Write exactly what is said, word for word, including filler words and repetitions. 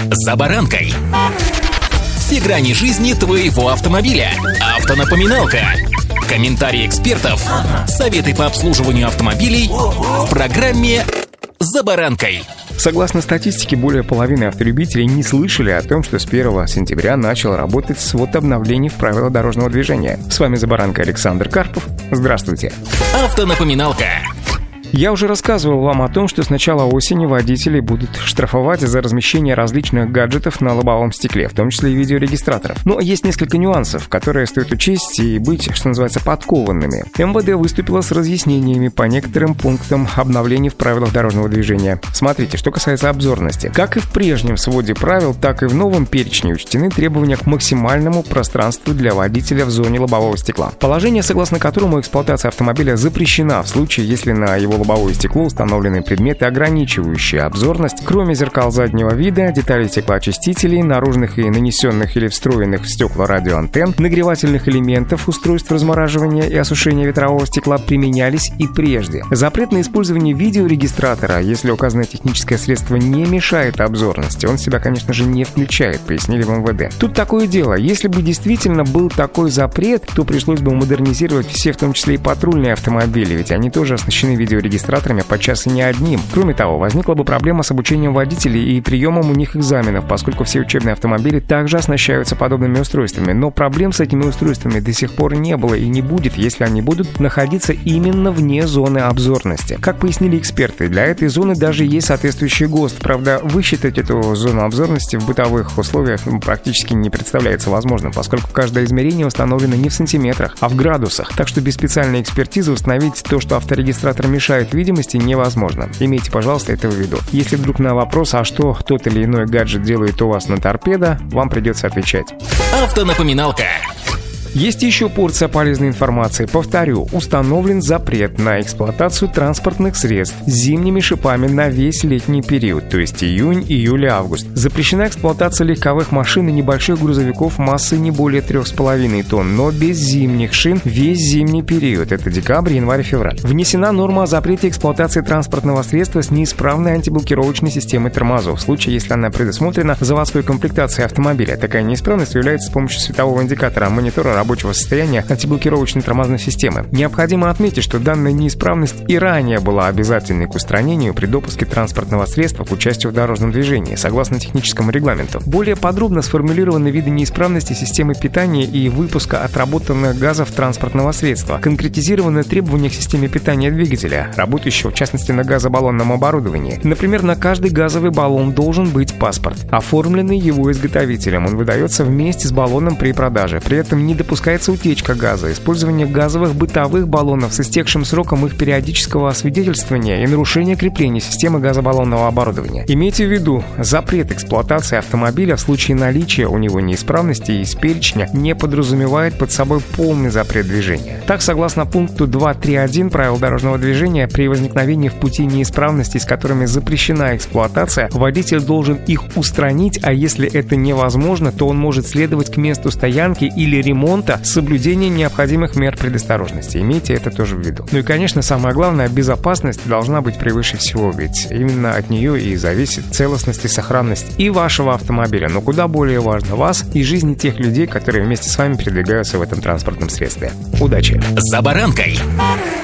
«За баранкой». Все грани жизни твоего автомобиля. Автонапоминалка. Комментарии экспертов. Советы по обслуживанию автомобилей в программе «За баранкой». Согласно статистике, более половины автолюбителей не слышали о том, что с первого сентября начал работать свод обновлений в правила дорожного движения. С вами «За баранкой» Александр Карпов. Здравствуйте. Автонапоминалка. Я уже рассказывал вам о том, что с начала осени водителей будут штрафовать за размещение различных гаджетов на лобовом стекле, в том числе и видеорегистраторов. Но есть несколько нюансов, которые стоит учесть и быть, что называется, подкованными. МВД выступила с разъяснениями по некоторым пунктам обновлений в правилах дорожного движения. Смотрите, что касается обзорности. Как и в прежнем своде правил, так и в новом перечне учтены требования к максимальному пространству для водителя в зоне лобового стекла. Положение, согласно которому эксплуатация автомобиля запрещена в случае, если на его лобовое стекло установлены предметы, ограничивающие обзорность, кроме зеркал заднего вида, деталей стеклоочистителей, наружных и нанесенных или встроенных в стекла радиоантенн, нагревательных элементов, устройств размораживания и осушения ветрового стекла применялись и прежде. Запрет на использование видеорегистратора, если указанное техническое средство не мешает обзорности, он себя, конечно же, не включает, пояснили в МВД. Тут такое дело, если бы действительно был такой запрет, то пришлось бы модернизировать все, в том числе и патрульные автомобили, ведь они тоже оснащены видеорегистратором, регистраторами, подчас и не одним. Кроме того, возникла бы проблема с обучением водителей и приемом у них экзаменов, поскольку все учебные автомобили также оснащаются подобными устройствами. Но проблем с этими устройствами до сих пор не было и не будет, если они будут находиться именно вне зоны обзорности. Как пояснили эксперты, для этой зоны даже есть соответствующий ГОСТ. Правда, высчитать эту зону обзорности в бытовых условиях практически не представляется возможным, поскольку каждое измерение установлено не в сантиметрах, а в градусах. Так что без специальной экспертизы установить то, что авторегистратор мешает видимости, невозможно. Имейте, пожалуйста, это в виду. Если вдруг на вопрос, а что тот или иной гаджет делает у вас на торпедо, вам придется отвечать. Автонапоминалка. Есть еще порция полезной информации. Повторю, установлен запрет на эксплуатацию транспортных средств с зимними шипами на весь летний период, то есть июнь, июль, август. Запрещена эксплуатация легковых машин и небольших грузовиков массой не более трех с половиной тонн, но без зимних шин весь зимний период, это декабрь, январь, февраль. Внесена норма о запрете эксплуатации транспортного средства с неисправной антиблокировочной системой тормозов, в случае, если она предусмотрена заводской комплектацией автомобиля. Такая неисправность является с помощью светового индикатора монитора рабочего состояния антиблокировочной тормозной системы. Необходимо отметить, что данная неисправность и ранее была обязательной к устранению при допуске транспортного средства к участию в дорожном движении, согласно техническому регламенту. Более подробно сформулированы виды неисправности системы питания и выпуска отработанных газов транспортного средства. Конкретизированы требования к системе питания двигателя, работающего в частности на газобаллонном оборудовании. Например, на каждый газовый баллон должен быть паспорт, оформленный его изготовителем. Он выдается вместе с баллоном при продаже. При этом не допускается Допускается утечка газа, использование газовых бытовых баллонов с истекшим сроком их периодического освидетельствования и нарушение крепления системы газобаллонного оборудования. Имейте в виду, запрет эксплуатации автомобиля в случае наличия у него неисправности из перечня не подразумевает под собой полный запрет движения. Так, согласно пункту два точка три точка один правил дорожного движения, при возникновении в пути неисправностей, с которыми запрещена эксплуатация, водитель должен их устранить, а если это невозможно, то он может следовать к месту стоянки или ремонта с соблюдением необходимых мер предосторожности. Имейте это тоже в виду. Ну и, конечно, самое главное, безопасность должна быть превыше всего, ведь именно от нее и зависит целостность и сохранность и вашего автомобиля, но куда более важно вас и жизни тех людей, которые вместе с вами передвигаются в этом транспортном средстве. Удачи! За баранкой!